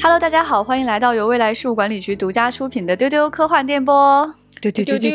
Hello， 大家好，欢迎来到由未来事务管理局独家出品的丢丢科幻电波。 丢。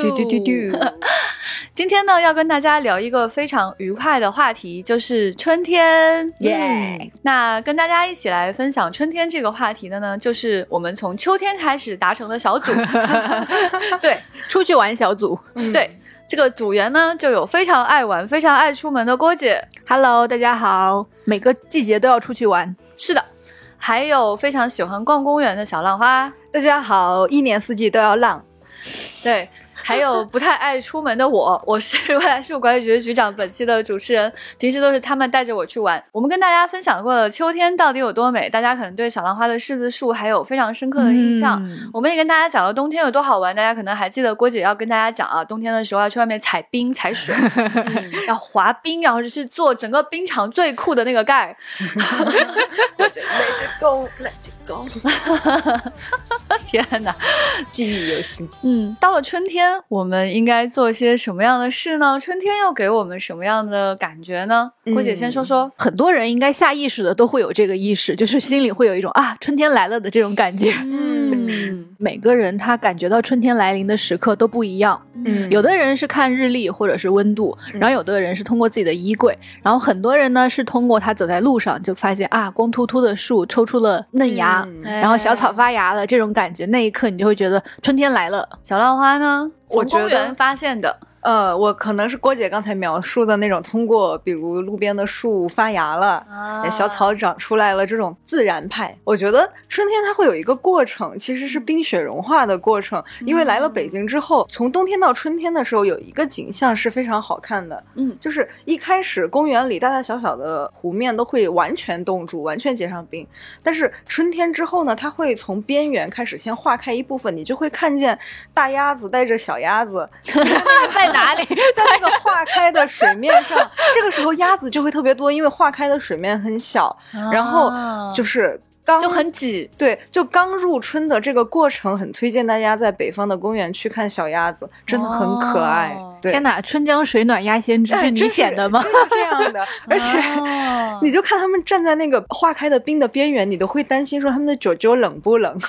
今天呢，要跟大家聊一个非常愉快的话题，就是春天。 耶！ 那跟大家一起来分享春天这个话题的呢，就是我们从秋天开始达成的小组。对， 出去玩小组。 对。这个组员呢，就有非常爱玩、非常爱出门的郭姐。 Hello， 大家好，每个季节都要出去玩。 是的，还有非常喜欢逛公园的小浪花。 大家好，一年四季都要浪。 对。还有不太爱出门的我是未来事务管理局的局长，本期的主持人，平时都是他们带着我去玩。我们跟大家分享过了秋天到底有多美，大家可能对小浪花的柿子树还有非常深刻的印象。我们也跟大家讲了冬天有多好玩，大家可能还记得郭姐要跟大家讲啊，冬天的时候要去外面踩冰踩水，要滑冰，然后是做整个冰场最酷的那个盖。 我觉得 Let it go Let it go 天哪， 记忆犹新。 到了春天我们应该做些什么样的事呢？春天又给我们什么样的感觉呢？郭姐先说说。 很多人应该下意识的都会有这个意识，就是心里会有一种啊春天来了的这种感觉。每个人他感觉到春天来临的时刻都不一样。有的人是看日历或者是温度，然后有的人是通过自己的衣柜，然后很多人呢是通过他走在路上就发现啊光秃秃的树抽出了嫩芽，然后小草发芽了，这种感觉，那一刻你就会觉得春天来了。 小浪花呢？ 我从公园发现的。 我可能是郭姐刚才描述的那种通过比如路边的树发芽了，小草长出来了这种自然派。我觉得春天它会有一个过程，其实是冰雪融化的过程。因为来了北京之后，从冬天到春天的时候有一个景象是非常好看的，就是一开始公园里大大小小的湖面都会完全冻住，完全结上冰，但是春天之后呢，它会从边缘开始先化开一部分，你就会看见大鸭子带着小鸭子在哪里？ 在那个化开的水面上，这个时候鸭子就会特别多，因为化开的水面很小，然后就是就很挤。 对，就刚入春的这个过程，很推荐大家在北方的公园去看小鸭子，真的很可爱。对， 天哪，春江水暖鸭先知是你写的吗？ 真是这样的。而且你就看他们站在那个化开的冰的边缘，你都会担心说他们的脚脚冷不冷。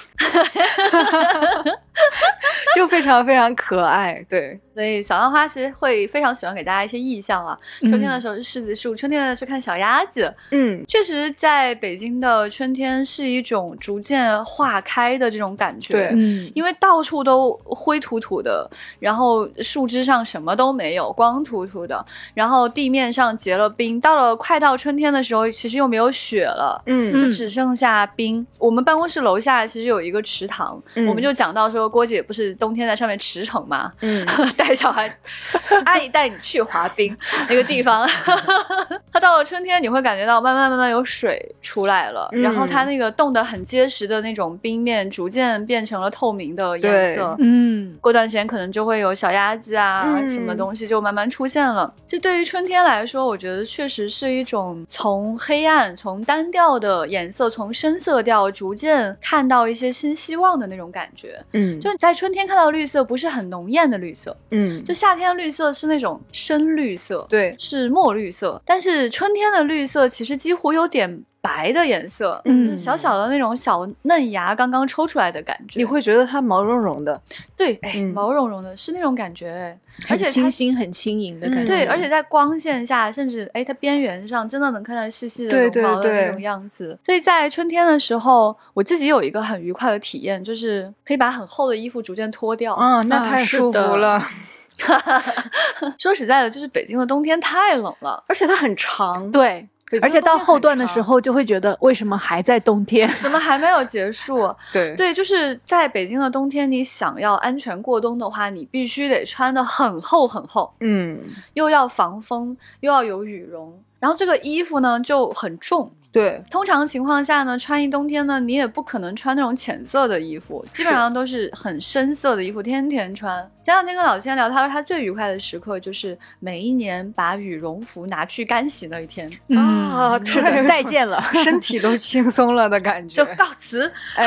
就非常非常可爱。对， 所以小浪花其实会非常喜欢给大家一些意象啊。秋天的时候是柿子树，春天的时候看小鸭子。确实在北京的春天是一种逐渐化开的这种感觉。 对， 因为到处都灰土土的，然后树枝上什么都没有，光秃秃的，然后地面上结了冰，到了快到春天的时候其实又没有雪了，就只剩下冰。我们办公室楼下其实有一个池塘，我们就讲到说郭姐不是冬天在上面驰骋嘛，带小孩阿姨带你去滑冰那个地方。它到了春天你会感觉到慢慢有水出来了，然后它那个冻得很结实的那种冰面逐渐变成了透明的颜色。过段时间可能就会有小鸭子啊，什么东西就慢慢出现了。这对于春天来说，我觉得确实是一种从黑暗，从单调的颜色，从深色调逐渐看到一些新希望的那种感觉。就在春天看到绿色不是很浓艳的绿色，就夏天的绿色是那种深绿色， 对， 是墨绿色，但是春天的绿色其实几乎有点白的颜色，小小的那种小嫩芽刚刚抽出来的感觉， 你会觉得它毛茸茸的。 对，毛茸茸的是那种感觉，而且很清新很轻盈的感觉。 对，而且在光线下，甚至它边缘上真的能看到细细的绒毛的那种样子。所以在春天的时候，我自己有一个很愉快的体验，就是可以把很厚的衣服逐渐脱掉。 那太舒服了。 说实在的，就是北京的冬天太冷了， 而且它很长。 对，而且到后段的时候就会觉得为什么还在冬天， 怎么还没有结束。 对， 就是在北京的冬天，你想要安全过冬的话，你必须得穿得很厚很厚，又要防风又要有羽绒，然后这个衣服呢就很重。 对， 通常情况下呢，穿一冬天呢，你也不可能穿那种浅色的衣服，基本上都是很深色的衣服，天天穿。前两天跟老千聊，他说他最愉快的时刻就是每一年把羽绒服拿去干洗那一天。 是的，再见了， 身体都轻松了的感觉， 就告辞。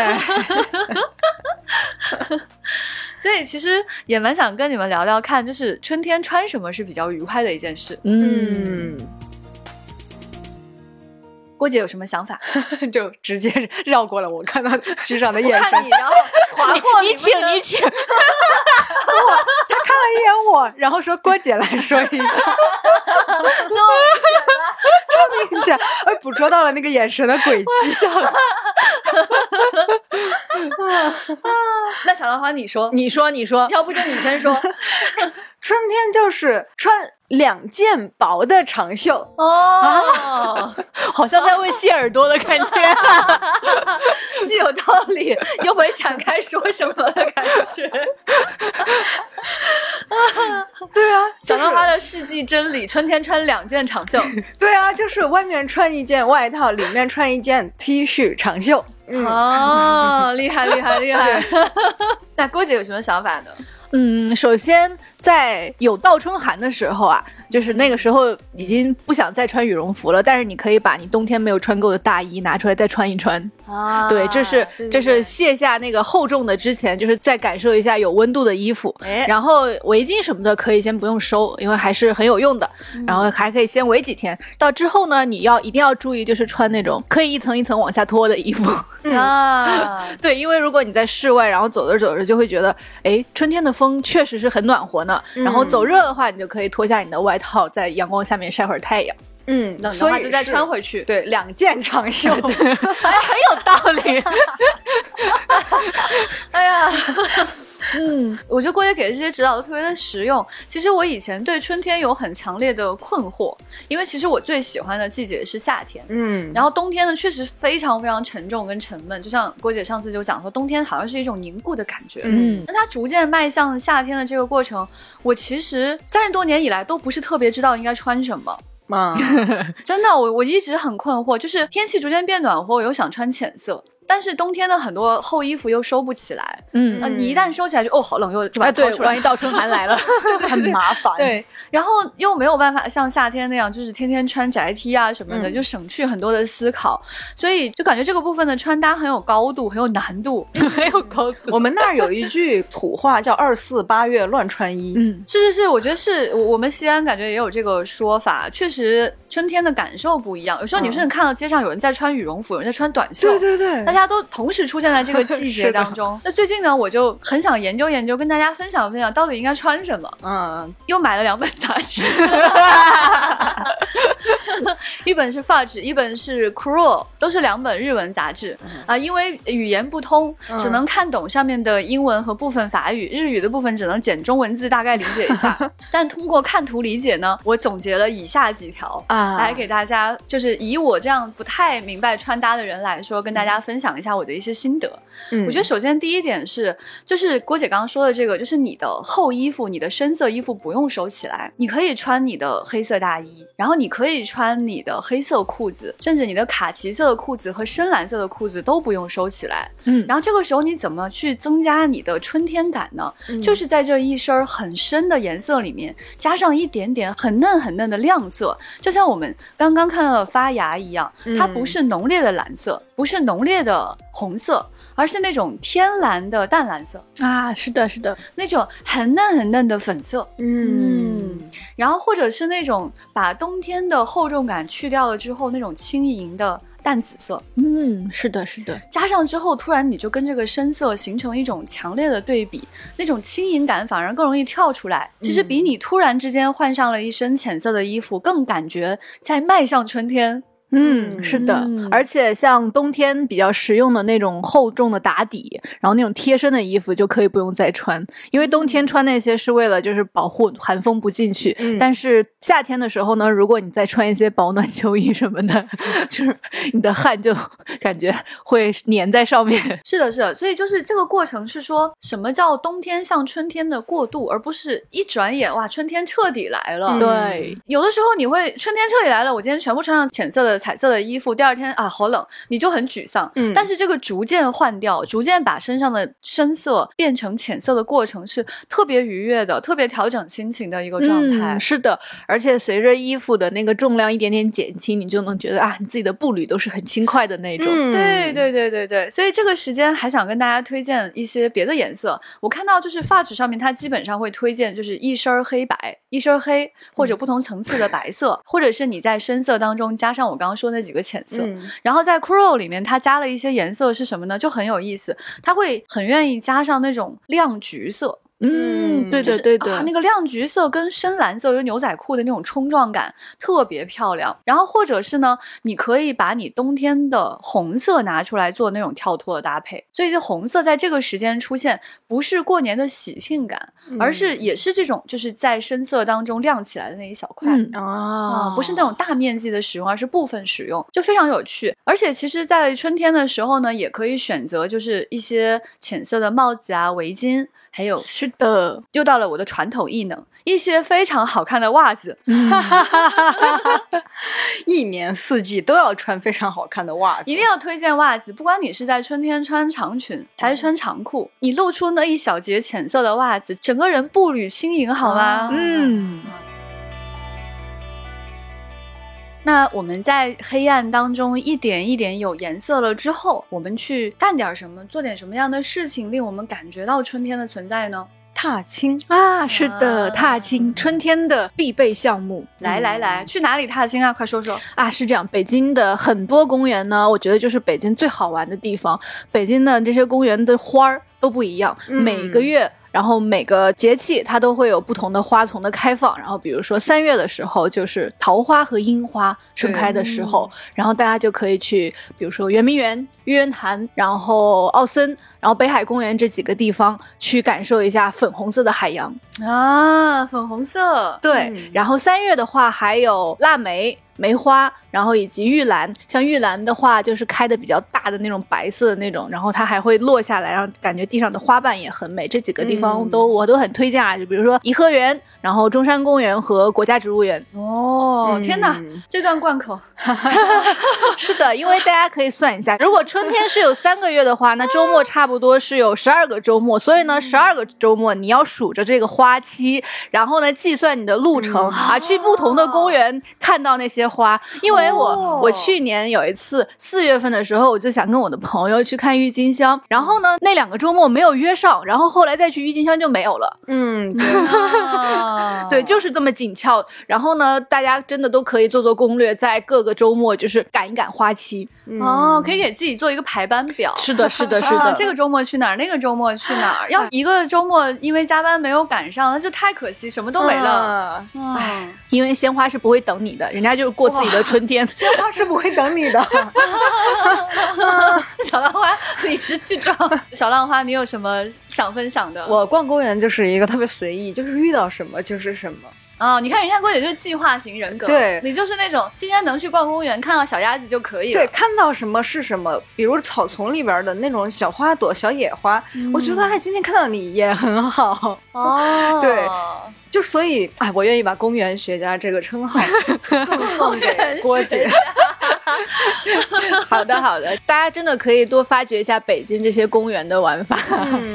所以其实也蛮想跟你们聊聊看，就是春天穿什么是比较愉快的一件事。 郭姐有什么想法？ 就直接绕过了我看到局长的眼神， 看你，然后划过你请。 他看了一眼我，然后说郭姐来说一下， 这这么明显，捕捉到了那个眼神的轨迹，笑死。 那小兰花你说， 你说， 要不就你先说。 春天就是穿2件薄的长袖哦， 好像在问谢耳朵的感觉。 既有道理，又没展开说什么的感觉。 对啊， 小兰花的世纪真理，春天穿2件长袖。 对啊，就是外面穿一件外套，里面穿一件 T 恤长袖。 哦，厉害。那郭姐有什么想法呢？ 首先在有倒春寒的时候啊，就是那个时候已经不想再穿羽绒服了，但是你可以把你冬天没有穿够的大衣拿出来再穿一穿啊。对，这是卸下那个厚重的之前，就是再感受一下有温度的衣服。然后围巾什么的可以先不用收，因为还是很有用的。然后还可以先围几天。到之后呢，你一定要注意，就是穿那种可以一层一层往下脱的衣服啊。对，因为如果你在室外，然后走着走着就会觉得，春天的风确实是很暖和呢。然后走热的话，你就可以脱下你的外套，在阳光下面晒会儿太阳。 冷的话就再穿回去。 对，2件长袖， 很有道理。 哎呀，我觉得郭姐给的这些指导都特别的实用。其实我以前对春天有很强烈的困惑，因为其实我最喜欢的季节是夏天。然后冬天呢确实非常非常沉重跟沉闷，就像郭姐上次就讲说，冬天好像是一种凝固的感觉。那它逐渐迈向夏天的这个过程，我其实30多年以来都不是特别知道应该穿什么。真的，我一直很困惑，就是天气逐渐变暖和，我又想穿浅色，但是冬天的很多厚衣服又收不起来。你一旦收起来就好冷，又就把它掏出来， 万一倒春寒来了对很麻烦。 对，然后又没有办法像夏天那样，就是天天穿宅 T 啊什么的，就省去很多的思考，所以就感觉这个部分的穿搭很有高度，很有难度， 很有高度。 我们那儿有一句土话叫24、8月乱穿衣。 是，我觉得是我们西安感觉也有这个说法，确实春天的感受不一样。有时候你甚至看到街上有人在穿羽绒服，有人在穿短袖，对，大家都同时出现在这个季节当中。那最近呢，我就很想研究，跟大家分享到底应该穿什么。又买了2本杂志，一本是 Fudge， 一本是 Cruel， 都是2本日文杂志因为语言不通，只能看懂上面的英文和部分法语，日语的部分只能捡中文字大概理解一下。但通过看图理解呢，我总结了以下几条来给大家，就是以我这样不太明白穿搭的人来说，跟大家分享一下我的一些心得。我觉得首先第一点是，就是郭姐刚刚说的这个，就是你的厚衣服，你的深色衣服不用收起来，你可以穿你的黑色大衣，然后你可以穿你的黑色裤子，甚至你的卡其色的裤子和深蓝色的裤子都不用收起来。然后这个时候你怎么去增加你的春天感呢？就是在这一身很深的颜色里面加上一点点很嫩很嫩的亮色，就像我们刚刚看到的发芽一样，它不是浓烈的蓝色，不是浓烈的红色，而是那种天蓝的淡蓝色啊。是的， 那种很嫩很嫩的粉色。然后或者是那种把冬天的厚重感去掉了之后，那种轻盈的淡紫色。 是的， 加上之后突然你就跟这个深色形成一种强烈的对比，那种轻盈感反而更容易跳出来，其实比你突然之间换上了一身浅色的衣服更感觉在迈向春天。 是的，而且像冬天比较实用的那种厚重的打底，然后那种贴身的衣服就可以不用再穿，因为冬天穿那些是为了就是保护寒风不进去，但是夏天的时候呢，如果你再穿一些保暖秋衣什么的，就是你的汗就感觉会粘在上面。 是的，所以就是这个过程是说什么叫冬天向春天的过渡，而不是一转眼哇春天彻底来了。 对， 有的时候你会春天彻底来了，我今天全部穿上浅色的彩色的衣服，第二天好冷，你就很沮丧。但是这个逐渐换掉，逐渐把身上的深色变成浅色的过程是特别愉悦的，特别调整心情的一个状态。 是的，而且随着衣服的那个重量一点点减轻，你就能觉得你自己的步履都是很轻快的那种。 对，所以这个时间还想跟大家推荐一些别的颜色。我看到就是发纸上面它基本上会推荐就是一身黑白，一身黑或者不同层次的白色，或者是你在深色当中加上我刚刚刚说那几个浅色。然后在 Kuro 里面它加了一些颜色是什么呢？就很有意思，它会很愿意加上那种亮橘色。 对对对对， 那个亮橘色跟深蓝色，有牛仔裤的那种冲撞感特别漂亮。然后或者是呢，你可以把你冬天的红色拿出来做那种跳脱的搭配。所以这红色在这个时间出现，不是过年的喜庆感，而是也是这种就是在深色当中亮起来的那一小块不是那种大面积的使用，而是部分使用，就非常有趣。而且其实在春天的时候呢，也可以选择就是一些浅色的帽子啊、围巾，还有是的， 又到了我的传统艺能，一些非常好看的袜子。 一年四季都要穿非常好看的袜子， 一定要推荐袜子。不管你是在春天穿长裙还是穿长裤，你露出那一小截浅色的袜子，整个人步履轻盈，好吗？那我们在黑暗当中一点一点有颜色了之后，我们去干点什么，做点什么样的事情令我们感觉到春天的存在呢？ 踏青啊，是的，踏青，春天的必备项目。 来，去哪里踏青啊？快说说啊！是这样，北京的很多公园呢，我觉得就是北京最好玩的地方。北京的这些公园的花儿都不一样，每个月。然后每个节气它都会有不同的花丛的开放，然后比如说3月的时候就是桃花和樱花盛开的时候，然后大家就可以去比如说圆明园、玉渊潭，然后奥森，然后北海公园这几个地方去感受一下粉红色的海洋啊，粉红色。 对，然后3月的话还有腊梅、梅花，然后以及玉兰。像玉兰的话就是开的比较大的那种白色的那种，然后它还会落下来，然后感觉地上的花瓣也很美。这几个地方我都很推荐啊，就比如说颐和园，然后中山公园和国家植物园。 天哪，这段贯口。 是的，因为大家可以算一下，如果春天是有3个月的话，那周末差不多是有12个周末，所以呢12个周末你要数着这个花期，然后呢计算你的路程去不同的公园看到那些花。因为我去年有一次4月份的时候，我就想跟我的朋友去看郁金香，然后呢那2个周末没有约上，然后后来再去郁金香就没有了。对，就是这么紧俏。然后呢大家真的都可以做攻略，在各个周末就是赶一赶花期。 可以给自己做一个排班表。 是的这个周末去哪儿，那个周末去哪儿。要一个周末因为加班没有赶上，那就太可惜，什么都没了。 因为鲜花是不会等你的，人家就是过自己的春天。 鲜花是不会等你的。 小浪花理直气壮。小浪花，你有什么想分享的？ 我逛公园就是一个特别随意，就是遇到什么就是什么。 你看人家郭姐就是计划型人格， 对， 你就是那种今天能去逛公园看到小鸭子就可以了。 对，看到什么是什么，比如草丛里边的那种小花朵、小野花，我觉得今天看到你也很好。对，就所以我愿意把公园学家这个称号赠送给郭姐。 好的，大家真的可以多发掘一下北京这些公园的玩法。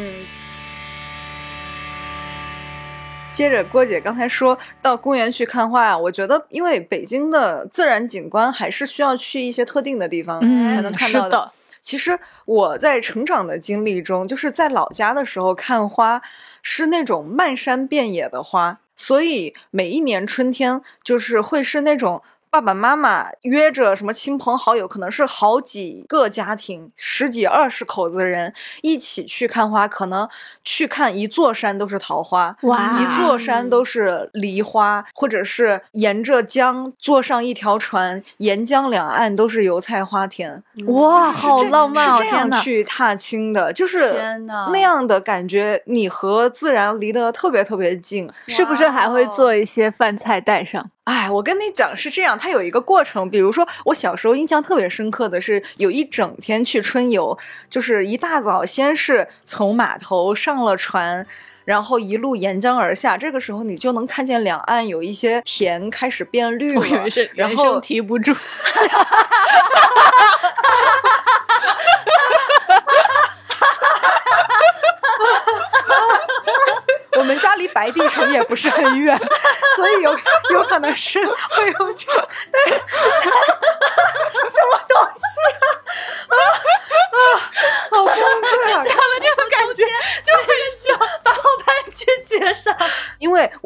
接着郭姐刚才说到公园去看花我觉得因为北京的自然景观还是需要去一些特定的地方才能看到的。 是的， 其实我在成长的经历中，就是在老家的时候看花是那种漫山遍野的花，所以每一年春天就是会是那种爸爸妈妈约着什么亲朋好友，可能是好几个家庭10几20口子的人一起去看花，可能去看一座山都是桃花，一座山都是梨花，或者是沿着江坐上一条船，沿江两岸都是油菜花田。 哇，好浪漫是这样去踏青的，就是那样的感觉，你和自然离得特别特别近。 是不是还会做一些饭菜带上？ 我跟你讲是这样，它有一个过程。比如说我小时候印象特别深刻的是有一整天去春游，就是一大早先是从码头上了船，然后一路沿江而下，这个时候你就能看见两岸有一些田开始变绿了。 我以为是原声提不住。 我们家离白帝城也不是很远，所以有可能是会有这，但是什么东西好崩溃讲的这种感觉就很想把后半句接上。 因为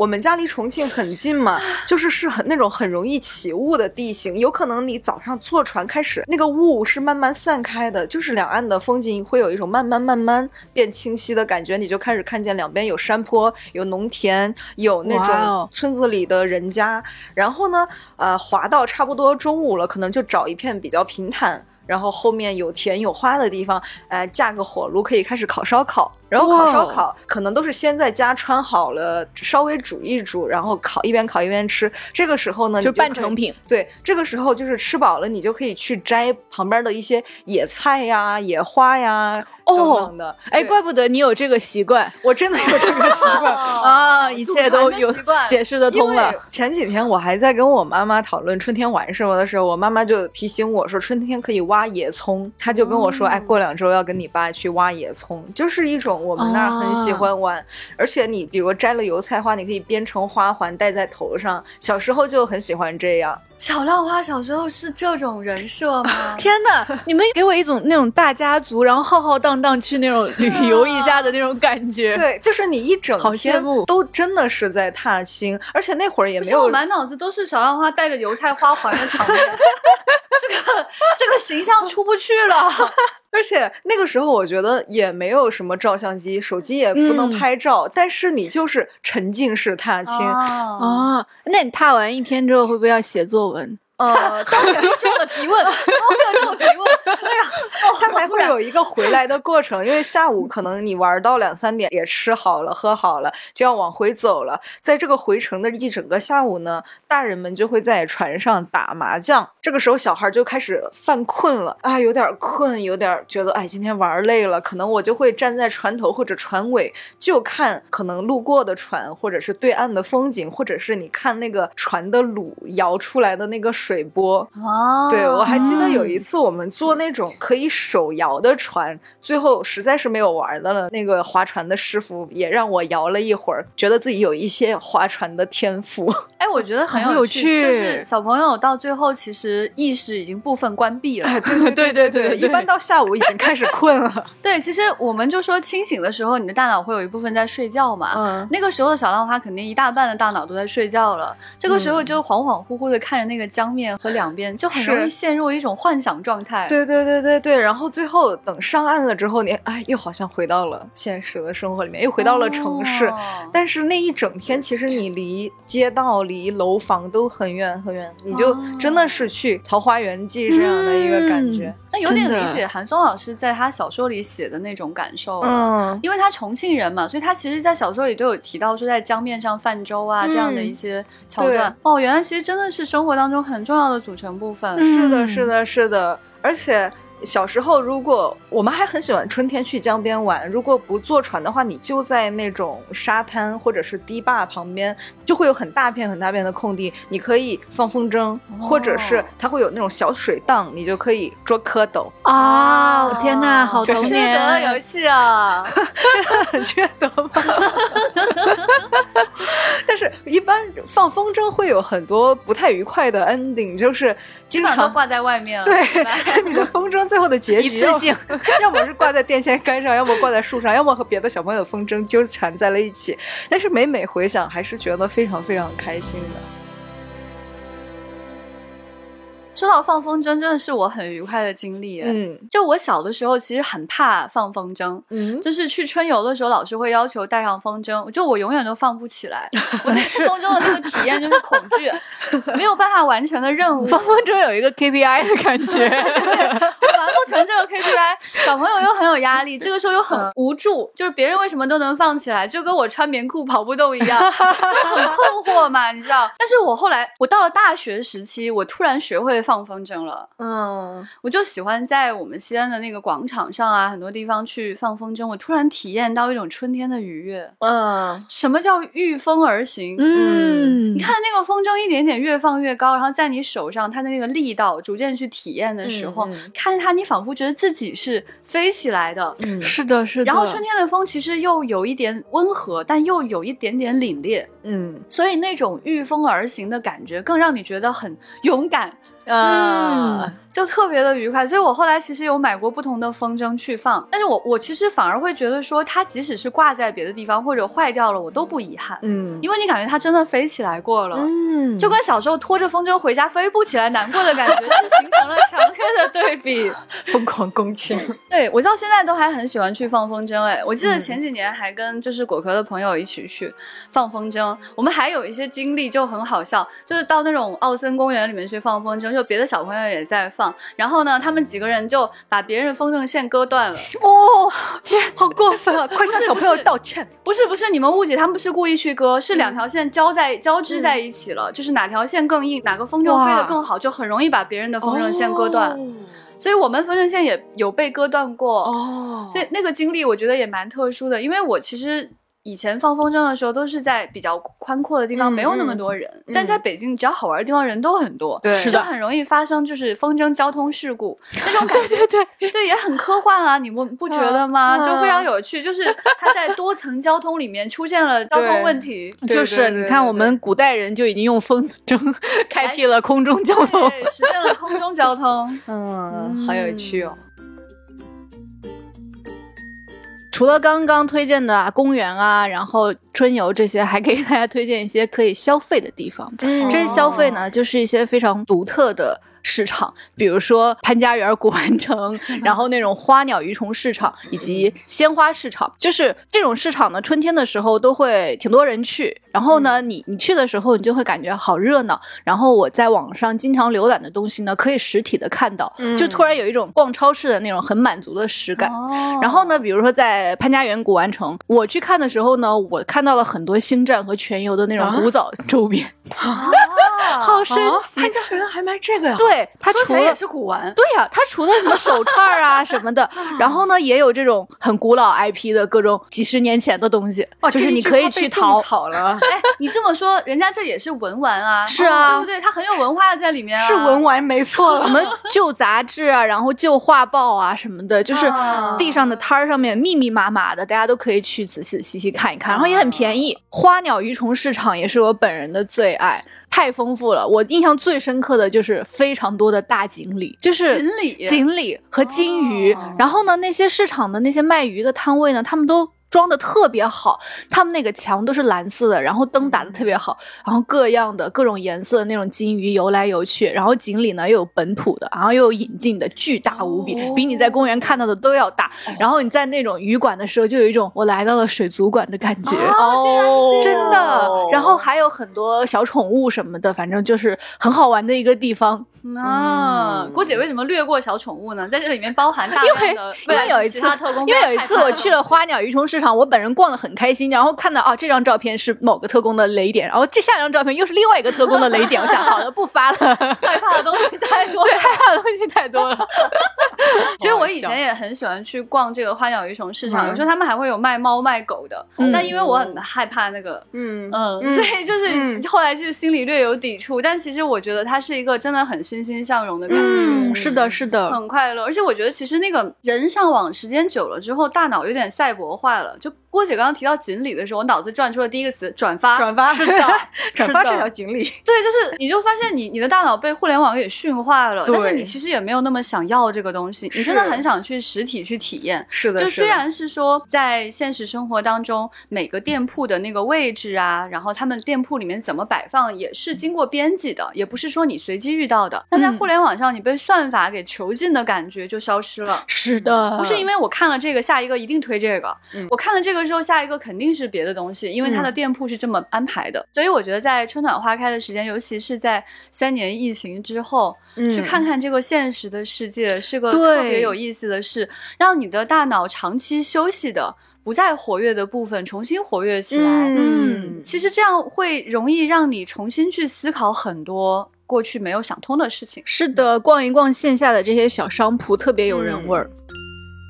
我们家离重庆很近嘛，就是很那种很容易起雾的地形，有可能你早上坐船开始，那个雾是慢慢散开的，就是两岸的风景会有一种慢慢变清晰的感觉，你就开始看见两边有山坡，有农田，有那种村子里的人家，然后呢滑到差不多中午了，可能就找一片比较平坦，然后后面有田有花的地方，架个火炉可以开始烤烧烤。然后烤烧烤可能都是先在家穿好了，稍微煮一煮，然后一边烤一边吃。这个时候呢， 就半成品。 对，这个时候就是吃饱了，你就可以去摘旁边的一些野菜呀、野花呀等等的。 怪不得你有这个习惯， 我真的有这个习惯啊，一切都有解释得通了。 前几天我还在跟我妈妈讨论春天玩什么的时候，我妈妈就提醒我说春天可以挖野葱，她就跟我说，过2周要跟你爸去挖野葱，就是一种我们那儿很喜欢玩，而且你比如摘了油菜花，你可以编成花环戴在头上，小时候就很喜欢这样。 小浪花小时候是这种人设吗？ 天哪，你们给我一种那种大家族，然后浩浩荡荡去那种旅游一下的那种感觉。 对，就是你一整天好羡慕， 都真的是在踏青，而且那会儿也没有， 我满脑子都是小浪花带着油菜花环的场面，这个形象出不去了。 而且那个时候我觉得也没有什么照相机，手机也不能拍照，但是你就是沉浸式踏青那你踏完1天之后会不会要写作文？ 都没有这样的提问，都没有这种提问。哎呀， 它还会有一个回来的过程，因为下午可能你玩到2、3点，也吃好了喝好了，就要往回走了。在这个回程的一整个下午呢，大人们就会在船上打麻将。这个时候小孩就开始犯困了，有点困，有点觉得今天玩累了，可能我就会站在船头或者船尾，就看可能路过的船，或者是对岸的风景，或者是你看那个船的橹摇出来的那个水波。对，我还记得有一次我们坐那种可以手摇的船，最后实在是没有玩的了，那个划船的师傅也让我摇了一会儿，觉得自己有一些划船的天赋。 我觉得很有趣，就是小朋友到最后其实意识已经部分关闭了。 对，一般到下午已经开始困了。 对，其实我们就说清醒的时候，你的大脑会有一部分在睡觉嘛。那个时候的小浪花肯定一大半的大脑都在睡觉了，这个时候就恍恍惚惚的看着那个江面和两边，就很容易陷入一种幻想状态。 对，然后最后等上岸了之后，你又好像回到了现实的生活里面，又回到了城市。但是那一整天其实你离街道离楼房都很远很远，你就真的是去桃花源记这样的一个感觉。 那有点理解韩松老师在他小说里写的那种感受因为他重庆人嘛，所以他其实在小说里都有提到说在江面上泛舟这样的一些桥段。原来其实真的是生活当中很重要的组成部分。 是的，而且小时候如果我们还很喜欢春天去江边玩，如果不坐船的话，你就在那种沙滩或者是堤坝旁边，就会有很大片的空地，你可以放风筝，或者是它会有那种小水荡，你就可以捉蝌蚪我天哪，好童年， 缺德的游戏啊。 很缺德吗？但是一般放风筝会有很多不太愉快的 ending， 就是基本上都挂在外面了。 对，你的风筝最后的结局一次性要么是挂在电线杆上，要么挂在树上，要么和别的小朋友风筝纠缠在了一起。但是每回想还是觉得非常非常开心的。 说到放风筝，真的是我很愉快的经历。就我小的时候其实很怕放风筝，就是去春游的时候老师会要求带上风筝，就我永远都放不起来。我对风筝的这个体验就是恐惧，没有办法完成的任务。 放风筝有一个 KPI 的感觉， 完不成这个 KPI， 小朋友又很有压力，这个时候又很无助，就是别人为什么都能放起来，就跟我穿棉裤跑步都一样，就很困惑嘛，你知道。但是我到了大学时期，我突然学会放风筝了。我就喜欢在我们西安的那个广场上很多地方去放风筝，我突然体验到一种春天的愉悦。什么叫御风而行？你看那个风筝一点点越放越高，然后在你手上它的那个力道逐渐去体验的时候，看着它你仿佛觉得自己是飞起来的。 是的然后春天的风其实又有一点温和，但又有一点点凛冽。所以那种御风而行的感觉更让你觉得很勇敢。 就特别的愉快。所以我后来其实有买过不同的风筝去放，但是我其实反而会觉得说，它即使是挂在别的地方或者坏掉了，我都不遗憾。因为你感觉它真的飞起来过了。就跟小时候拖着风筝回家飞不起来难过的感觉是形成了强烈的对比。 疯狂共情。 对，我到现在都还很喜欢去放风筝。我记得前几年还跟就是果壳的朋友一起去放风筝，我们还有一些经历就很好笑，就是到那种奥森公园里面去放风筝，就别的小朋友也在放，然后呢他们几个人就把别人风筝线割断了。 天，好过分啊！快向小朋友道歉。 不是你们误解，他们不是故意去割，是两条线交织在一起了，就是哪条线更硬，哪个风筝飞得更好，就很容易把别人的风筝线割断。所以我们风筝线也有被割断过。所以那个经历我觉得也蛮特殊的，因为我其实以前放风筝的时候都是在比较宽阔的地方，没有那么多人，但在北京只要好玩的地方人都很多，对，就很容易发生就是风筝交通事故那种感觉。对，也很科幻啊，你们不觉得吗？就非常有趣，就是它在多层交通里面出现了交通问题。 就是你看我们古代人就已经用风筝开辟了空中交通， 实现了空中交通。 好有趣哦。 除了刚刚推荐的公园啊，然后春游这些，还给大家推荐一些可以消费的地方。这些消费呢，就是一些非常独特的市场，比如说潘家园古玩城，然后那种花鸟鱼虫市场以及鲜花市场。就是这种市场呢，春天的时候都会挺多人去，然后呢你去的时候你就会感觉好热闹，然后我在网上经常浏览的东西呢可以实体的看到，就突然有一种逛超市的那种很满足的实感。然后呢比如说在潘家园古玩城，我去看的时候呢，我看到了很多星战和全游的那种古早周边。好神奇， 潘家园还卖这个呀？ 对，它除了也是古玩， 对呀，它除了什么手串啊什么的，然后呢也有这种很古老 IP 的各种几十年前的东西，就是你可以去淘。 了。 你这么说，人家这也是文玩啊。 是啊， 对不对？它很有文化在里面啊。 是文玩没错了。 什么旧杂志啊，然后旧画报啊什么的，就是地上的摊儿上面密密麻麻的，大家都可以去仔细细看一看，然后也很便宜。花鸟鱼虫市场也是我本人的最爱。太丰富了，我印象最深刻的就是非常多的大锦鲤，就是锦鲤和金鱼。然后呢，那些市场的那些卖鱼的摊位呢，他们都装的特别好，他们那个墙都是蓝色的，然后灯打的特别好，然后各样的各种颜色的那种金鱼游来游去，然后锦鲤呢又有本土的，然后又有引进的，巨大无比，比你在公园看到的都要大。然后你在那种鱼馆的时候，就有一种我来到了水族馆的感觉。 竟然是这样， 真的。然后还有很多小宠物什么的，反正就是很好玩的一个地方。 郭姐为什么略过小宠物呢？在这里面包含大量的因为有一次我去了花鸟鱼虫市场，我本人逛得很开心，然后看到这张照片是某个特工的雷点，然后下张照片又是另外一个特工的雷点，我想好了不发了， 害怕的东西太多了。 对，害怕的东西太多了。 其实我以前也很喜欢去逛这个花鸟鱼虫市场，有时候他们还会有卖猫卖狗的，但因为我很害怕那个所以就是后来就心里略有抵触，但其实我觉得它是一个真的很欣欣向荣的感觉。 是的是的， 很快乐。而且我觉得其实那个人上网时间久了之后，大脑有点赛博化了。就郭姐刚刚提到锦鲤的时候，我脑子转出了第一个词转发。 是的，转发这条锦鲤。 对，就是你就发现你的大脑被互联网给驯化了，但是你其实也没有那么想要这个东西，你真的很想去实体去体验。 是的， 就虽然是说在现实生活当中每个店铺的那个位置啊，然后他们店铺里面怎么摆放也是经过编辑的，也不是说你随机遇到的。但在互联网上你被算法给囚禁的感觉就消失了。 是的， 不是因为我看了这个下一个一定推这个，我看了这个之后下一个肯定是别的东西，因为它的店铺是这么安排的。所以我觉得在春暖花开的时间，尤其是在3年疫情之后，去看看这个现实的世界是个特别有意思的事，让你的大脑长期休息的不再活跃的部分重新活跃起来。其实这样会容易让你重新去思考很多过去没有想通的事情。 是的，逛一逛线下的这些小商铺特别有人味儿。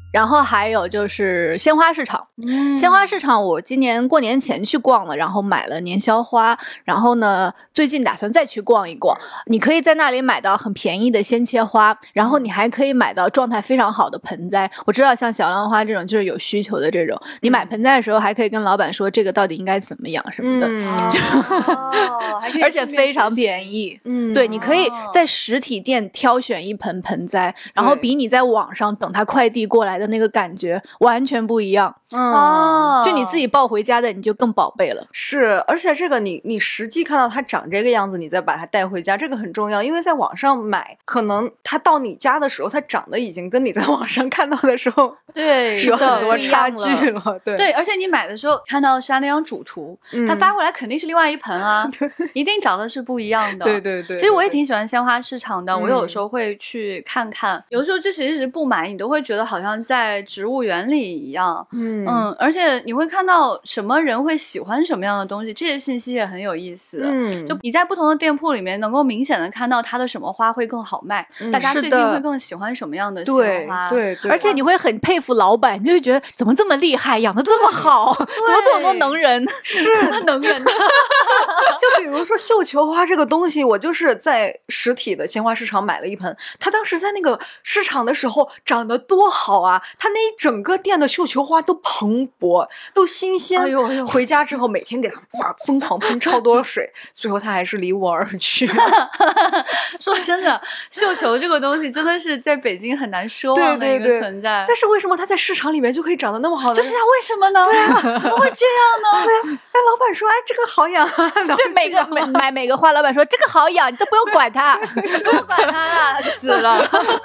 然后还有就是鲜花市场，鲜花市场我今年过年前去逛了，然后买了年宵花，然后呢最近打算再去逛一逛。你可以在那里买到很便宜的鲜切花，然后你还可以买到状态非常好的盆栽。我知道像小浪花这种就是有需求的这种，你买盆栽的时候还可以跟老板说这个到底应该怎么养什么的，而且非常便宜。对，你可以在实体店挑选一盆盆栽，然后比你在网上等它快递过来的那个感觉完全不一样。就你自己抱回家的你就更宝贝了。 是，而且这个你实际看到它长这个样子，你再把它带回家，这个很重要。因为在网上买，可能它到你家的时候，它长得已经跟你在网上看到的时候对有很多差距了。 对，而且你买的时候看到是它那张主图，它发过来肯定是另外一盆啊，一定长得是不一样的。 对对对。 其实我也挺喜欢鲜花市场的，我有时候会去看看，有的时候就其实不买，你都会觉得好像在植物园里一样。而且你会看到什么人会喜欢什么样的东西，这些信息也很有意思。就你在不同的店铺里面能够明显的看到它的什么花会更好卖，大家最近会更喜欢什么样的鲜花。 对， 而且你会很佩服老板，你就会觉得怎么这么厉害，养得这么好，怎么这么多能人？ 是能人。就比如说绣球花这个东西，我就是在实体的鲜花市场买了一盆，它当时在那个市场的时候长得多好啊，它那一整个店的绣球花都蓬勃，都新鲜。回家之后每天给它疯狂喷超多水，最后它还是离我而去。 说真的，绣球这个东西真的是在北京很难奢望的一个存在。 但是为什么它在市场里面就可以长得那么好呢？ 就是它为什么呢？对啊，怎么会这样呢？ 对啊，老板说这个好养啊。 对，每个花老板说这个好养，你都不用管它。 不用管它了，死了。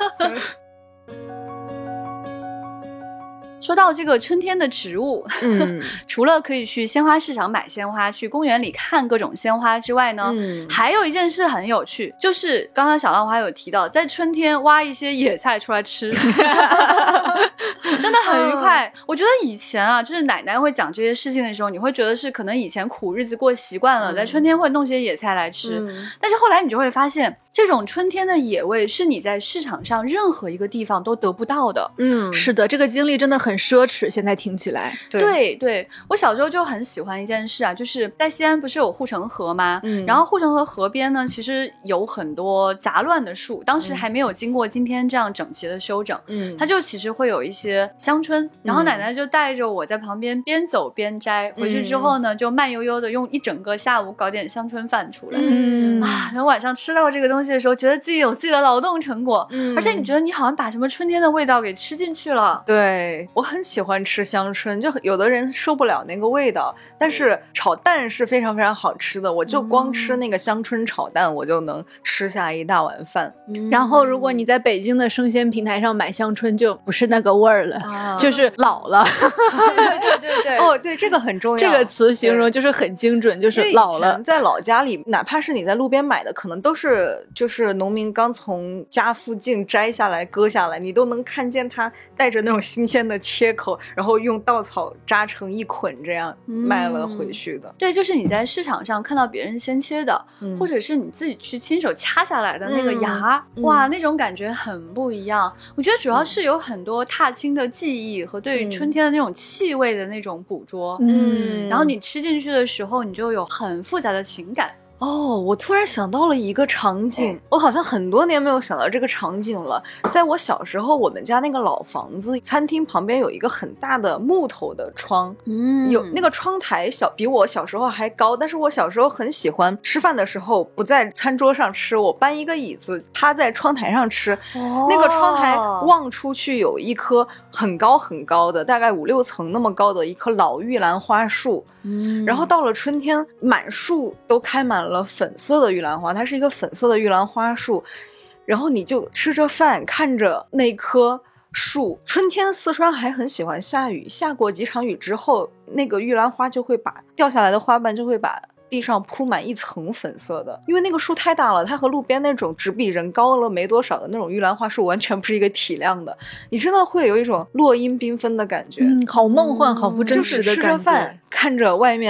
说到这个春天的植物，除了可以去鲜花市场买鲜花，去公园里看各种鲜花之外呢，还有一件事很有趣，就是刚刚小浪花有提到，在春天挖一些野菜出来吃，真的很愉快。我觉得以前啊，就是奶奶会讲这些事情的时候，你会觉得是可能以前苦日子过习惯了，在春天会弄些野菜来吃，但是后来你就会发现，这种春天的野味是你在市场上任何一个地方都得不到的。 是的，这个经历真的很奢侈，现在听起来。 对，我小时候就很喜欢一件事啊，就是在西安不是有护城河吗？然后护城河河边呢，其实有很多杂乱的树，当时还没有经过今天这样整齐的修整，它就其实会有一些香椿，然后奶奶就带着我在旁边边走边摘，回去之后呢，就慢悠悠的用一整个下午搞点香椿饭出来，然后晚上吃到这个东西的时候，觉得自己有自己的劳动成果，而且你觉得你好像把什么春天的味道给吃进去了。 对，我很喜欢吃香椿，就有的人受不了那个味道，但是炒蛋是非常非常好吃的，我就光吃那个香椿炒蛋，我就能吃下一大碗饭。 然后如果你在北京的生鲜平台上买香椿，就不是那个味儿了，就是老了。 对， 对，这个很重要， 这个词形容就是很精准，就是老了。 在老家里，哪怕是你在路边买的，可能都是就是农民刚从家附近摘下来割下来，你都能看见它带着那种新鲜的切口，然后用稻草扎成一捆这样卖了回去的。 对，就是你在市场上看到别人先切的，或者是你自己去亲手掐下来的那个芽，哇，那种感觉很不一样。我觉得主要是有很多踏青的记忆和对于春天的那种气味的那种捕捉，然后你吃进去的时候，你就有很复杂的情感。 我突然想到了一个场景，我好像很多年没有想到这个场景了。在我小时候，我们家那个老房子餐厅旁边有一个很大的木头的窗，有那个窗台比我小时候还高，但是我小时候很喜欢吃饭的时候不在餐桌上吃，我搬一个椅子趴在窗台上吃。那个窗台望出去有一棵很高很高的，大概5、6层那么高的一棵老玉兰花树，然后到了春天，满树都开满了粉色的玉兰花，它是一个粉色的玉兰花树，然后你就吃着饭看着那棵树。春天四川还很喜欢下雨，下过几场雨之后，那个玉兰花就会把掉下来的花瓣就会把地上铺满一层粉色的，因为那个树太大了，它和路边那种只比人高了没多少的那种玉兰花树完全不是一个体量的，你真的会有一种落英缤纷的感觉， 好梦幻，好不真实的感觉。 就是吃着饭看着外面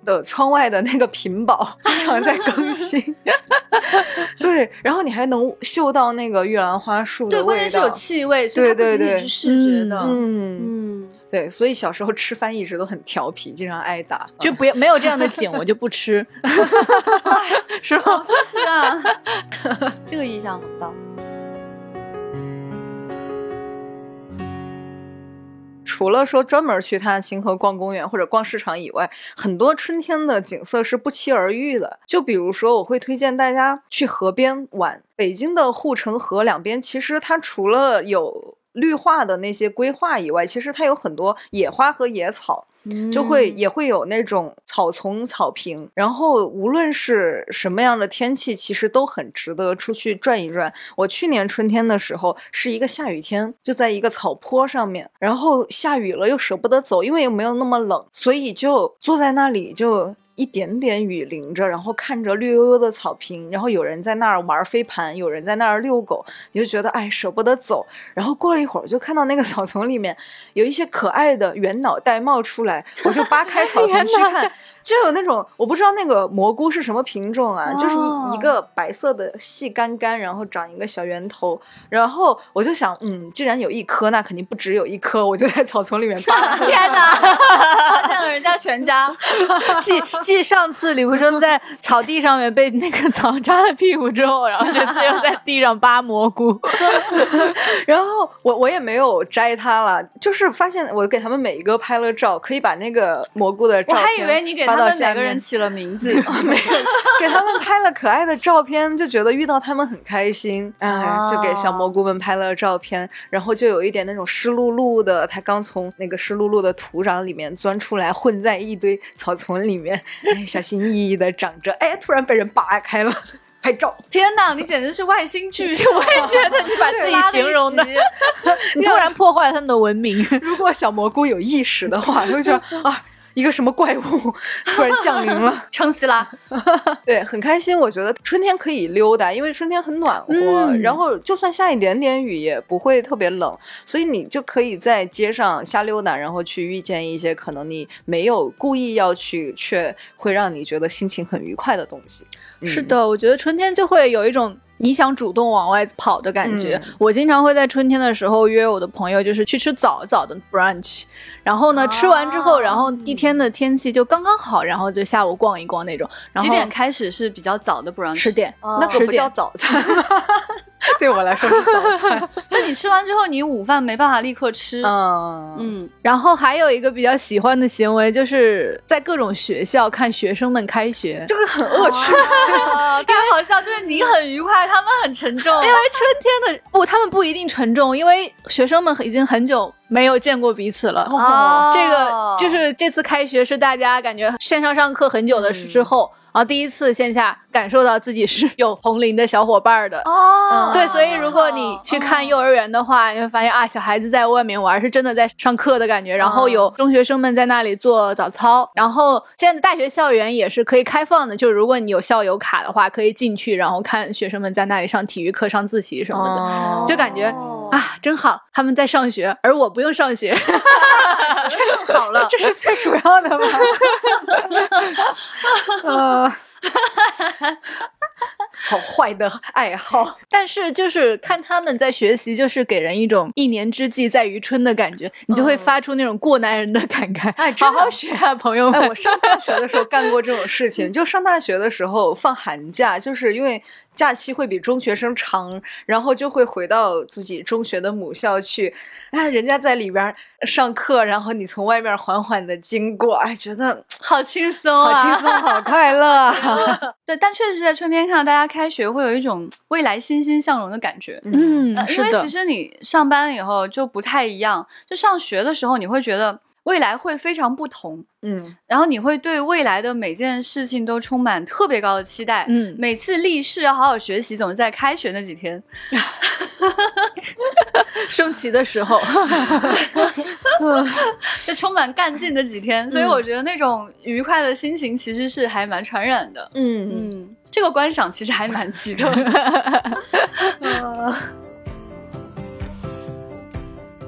的窗外的那个屏保经常在更新对，然后你还能嗅到那个玉兰花树的味道，对， 关键是有气味，所以它不仅仅是视觉的。 对，所以小时候吃饭一直都很调皮，经常挨打， 就不要没有这样的景我就不吃是吗？ 是啊这个意象很棒。 除了说专门去踏青和逛公园或者逛市场以外，很多春天的景色是不期而遇的。就比如说我会推荐大家去河边玩，北京的护城河两边其实它除了有绿化的那些规划以外，其实它有很多野花和野草，也会有那种草丛草坪，然后无论是什么样的天气其实都很值得出去转一转。我去年春天的时候是一个下雨天，就在一个草坡上面，然后下雨了又舍不得走，因为又没有那么冷，所以就坐在那里，就一点点雨淋着，然后看着绿油油的草坪，然后有人在那儿玩飞盘，有人在那儿遛狗，你就觉得舍不得走。然后过了一会儿就看到那个草丛里面有一些可爱的圆脑袋冒出来，我就扒开草丛去看就有那种我不知道那个蘑菇是什么品种啊，就是一个白色的细干干，然后长一个小圆头，然后我就想既然有一颗那肯定不只有一颗，我就在草丛里面扒天哪发现了人家全家继上次李无声在草地上面被那个草扎了屁股之后，然后这次又在地上扒蘑菇然后我也没有摘它了，就是发现我给他们每一个拍了照，可以把那个蘑菇的照片， 我还以为你给他们每个人起了名字没有，给他们拍了可爱的照片，就觉得遇到他们很开心就给小蘑菇们拍了照片，然后就有一点那种湿漉漉的，它刚从那个湿漉漉的土壤里面钻出来，混在一堆草丛里面小心翼翼的长着，突然被人扒开了拍照。 天哪，你简直是外星巨人我也觉得你把自己形容的你突然破坏他们的文明如果小蘑菇有意识的话会觉得一个什么怪物突然降临了撑死啦对，很开心。我觉得春天可以溜达，因为春天很暖和然后就算下一点点雨也不会特别冷，所以你就可以在街上瞎溜达，然后去遇见一些可能你没有故意要去却会让你觉得心情很愉快的东西。 是的，我觉得春天就会有一种你想主动往外跑的感觉我经常会在春天的时候约我的朋友，就是去吃早早的 brunch， 然后呢吃完之后然后一天的天气就刚刚好，然后就下午逛一逛那种。然后几点开始是比较早的 brunch？ 10点那可不叫早餐对我来说是早餐那你吃完之后你午饭没办法立刻吃然后还有一个比较喜欢的行为就是在各种学校看学生们开学， 这个很恶趣太好笑，就是你很愉快他们很沉重， 因为春天的他们不一定沉重，因为学生们已经很久没有见过彼此了这个就是这次开学是大家感觉线上上课很久的之后然后第一次线下感受到自己是有同龄的小伙伴的对，所以如果你去看幼儿园的话你会发现小孩子在外面玩是真的在上课的感觉，然后有中学生们在那里做早操，然后现在的大学校园也是可以开放的，就如果你有校友卡的话可以进去，然后看学生们在那里上体育课上自习什么的就感觉真好，他们在上学而我不用上学这更好了这是最主要的吧好坏的爱好， 但是就是看他们在学习，就是给人一种一年之计在于春的感觉，你就会发出那种过来人的感慨好好学啊朋友们我上大学的时候干过这种事情就上大学的时候放寒假，就是因为假期会比中学生长，然后就会回到自己中学的母校去人家在里边上课，然后你从外面缓缓的经过觉得好轻松好轻松好快乐对，但确实在春天看到大家开学会有一种未来欣欣向荣的感觉因为其实你上班以后就不太一样，就上学的时候你会觉得未来会非常不同然后你会对未来的每件事情都充满特别高的期待每次立誓要好好学习总是在开学那几天升旗的时候就充满干劲的几天所以我觉得那种愉快的心情其实是还蛮传染的这个观赏其实还蛮奇的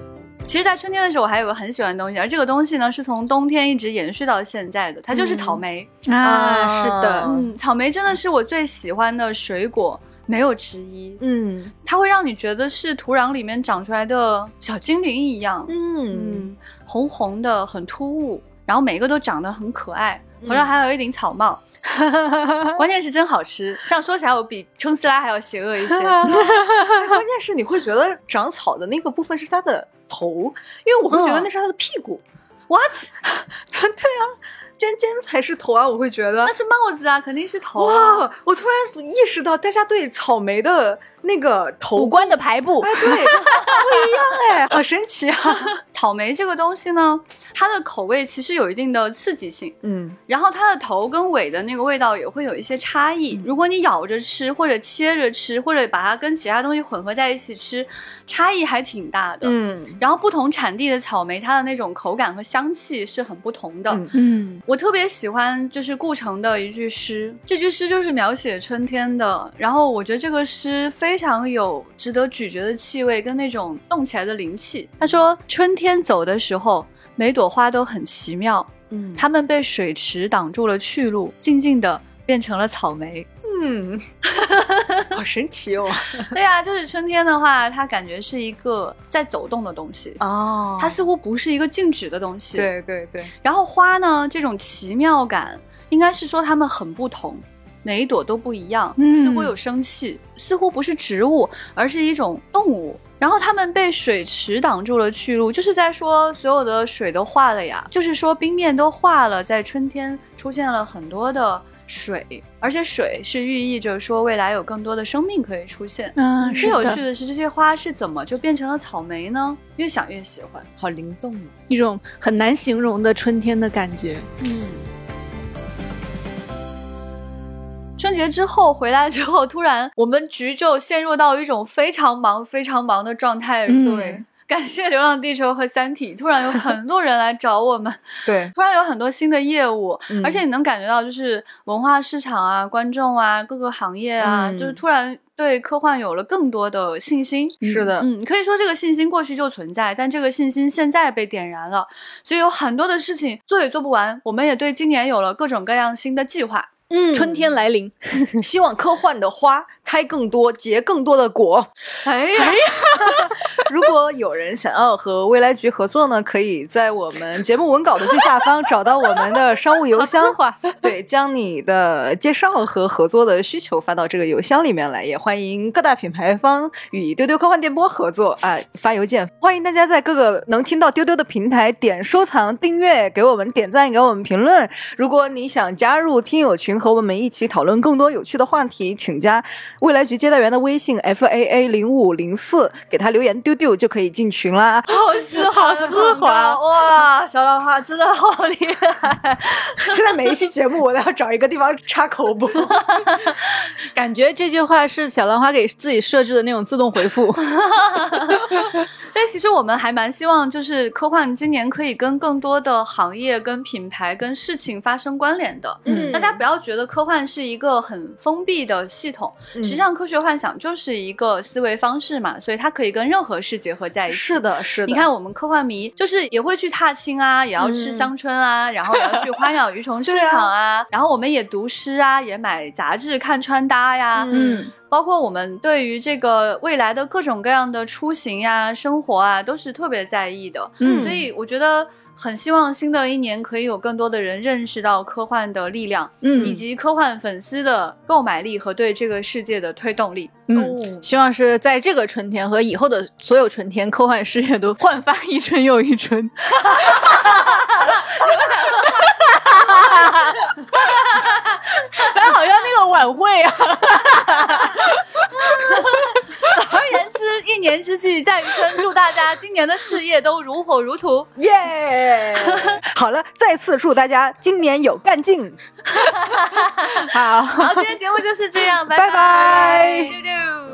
其实在春天的时候我还有个很喜欢的东西，而这个东西呢是从冬天一直延续到现在的，它就是草莓。 是的， 草莓真的是我最喜欢的水果，没有之一。它会让你觉得是土壤里面长出来的小精灵一样。红红的，很突兀，然后每一个都长得很可爱，头上还有一顶草帽。关键是真好吃，这样说起来我比撑斯拉还要邪恶一些。关键是你会觉得长草的那个部分是它的头，因为我会觉得那是它的屁股。 What？ 对啊，尖尖才是头啊，我会觉得那是帽子啊，肯定是头啊。哇，我突然意识到大家对草莓的那个头五官的排布， 对，不一样好神奇啊！ 草莓这个东西呢，它的口味其实有一定的刺激性，然后它的头跟尾的那个味道也会有一些差异。如果你咬着吃，或者切着吃，或者把它跟其他东西混合在一起吃，差异还挺大的。然后不同产地的草莓，它的那种口感和香气是很不同的。我特别喜欢就是顾城的一句诗，这句诗就是描写春天的，然后我觉得这个诗非常有值得咀嚼的气味跟那种动起来的灵气。他说春天走的时候，每朵花都很奇妙，它们被水池挡住了去路，静静地变成了草莓。 好神奇哦。 对啊，就是春天的话，它感觉是一个在走动的东西哦，它似乎不是一个静止的东西。 对对对。 然后花呢，这种奇妙感应该是说它们很不同，每一朵都不一样，似乎有生气，似乎不是植物，而是一种动物。然后它们被水池挡住了去路，就是在说所有的水都化了呀，就是说冰面都化了，在春天出现了很多的水，而且水是寓意着说未来有更多的生命可以出现。最有趣的是这些花是怎么就变成了草莓呢？越想越喜欢， 好灵动哦， 一种很难形容的春天的感觉。 春节之后回来之后，突然我们局就陷入到一种非常忙的状态。对，感谢《流浪地球》和《三体》，突然有很多人来找我们。 对， 突然有很多新的业务，而且你能感觉到就是文化市场啊、观众啊、各个行业啊，就是突然对科幻有了更多的信心。 是的， 可以说这个信心过去就存在，但这个信心现在被点燃了，所以有很多的事情做也做不完。我们也对今年有了各种各样新的计划。 春天来临， 希望科幻的花开更多，结更多的果。如果有人想要和未来局合作呢，可以在我们节目文稿的最下方找到我们的商务邮箱。对，将你的介绍和合作的需求发到这个邮箱里面来。也欢迎各大品牌方与丢丢科幻电波合作发邮件。欢迎大家在各个能听到丢丢的平台点收藏、订阅，给我们点赞，给我们评论。如果你想加入听友群，和我们一起讨论更多有趣的话题，请加未来局接待员的微信 FAA0504，给他留言丢丢就可以进群啦。 好丝滑哇！小浪花真的好厉害。 现在每一期节目我都要找一个地方插口播。 感觉这句话是小浪花给自己设置的那种自动回复。 但其实我们还蛮希望就是科幻今年可以跟更多的行业跟品牌跟事情发生关联的。大家不要觉得科幻是一个很封闭的系统，实际上科学幻想就是一个思维方式嘛，所以它可以跟任何事结合在一起。 是的，是的。 你看我们科幻迷就是也会去踏青啊，也要吃香椿啊，然后也要去花鸟鱼虫市场啊，然后我们也读诗啊，也买杂志看穿搭呀。包括我们对于这个未来的各种各样的出行呀、生活啊，都是特别在意的。所以我觉得很希望新的一年可以有更多的人认识到科幻的力量，以及科幻粉丝的购买力和对这个世界的推动力。 希望是在这个春天和以后的所有春天，科幻事业都焕发一春又一春。咱好像那个晚会啊。 总而言之，一年之计在于春，祝大家今年的事业都如火如荼。 耶！好了，再次祝大家今年有干劲。 好，今天节目就是这样，拜拜。 丢丢。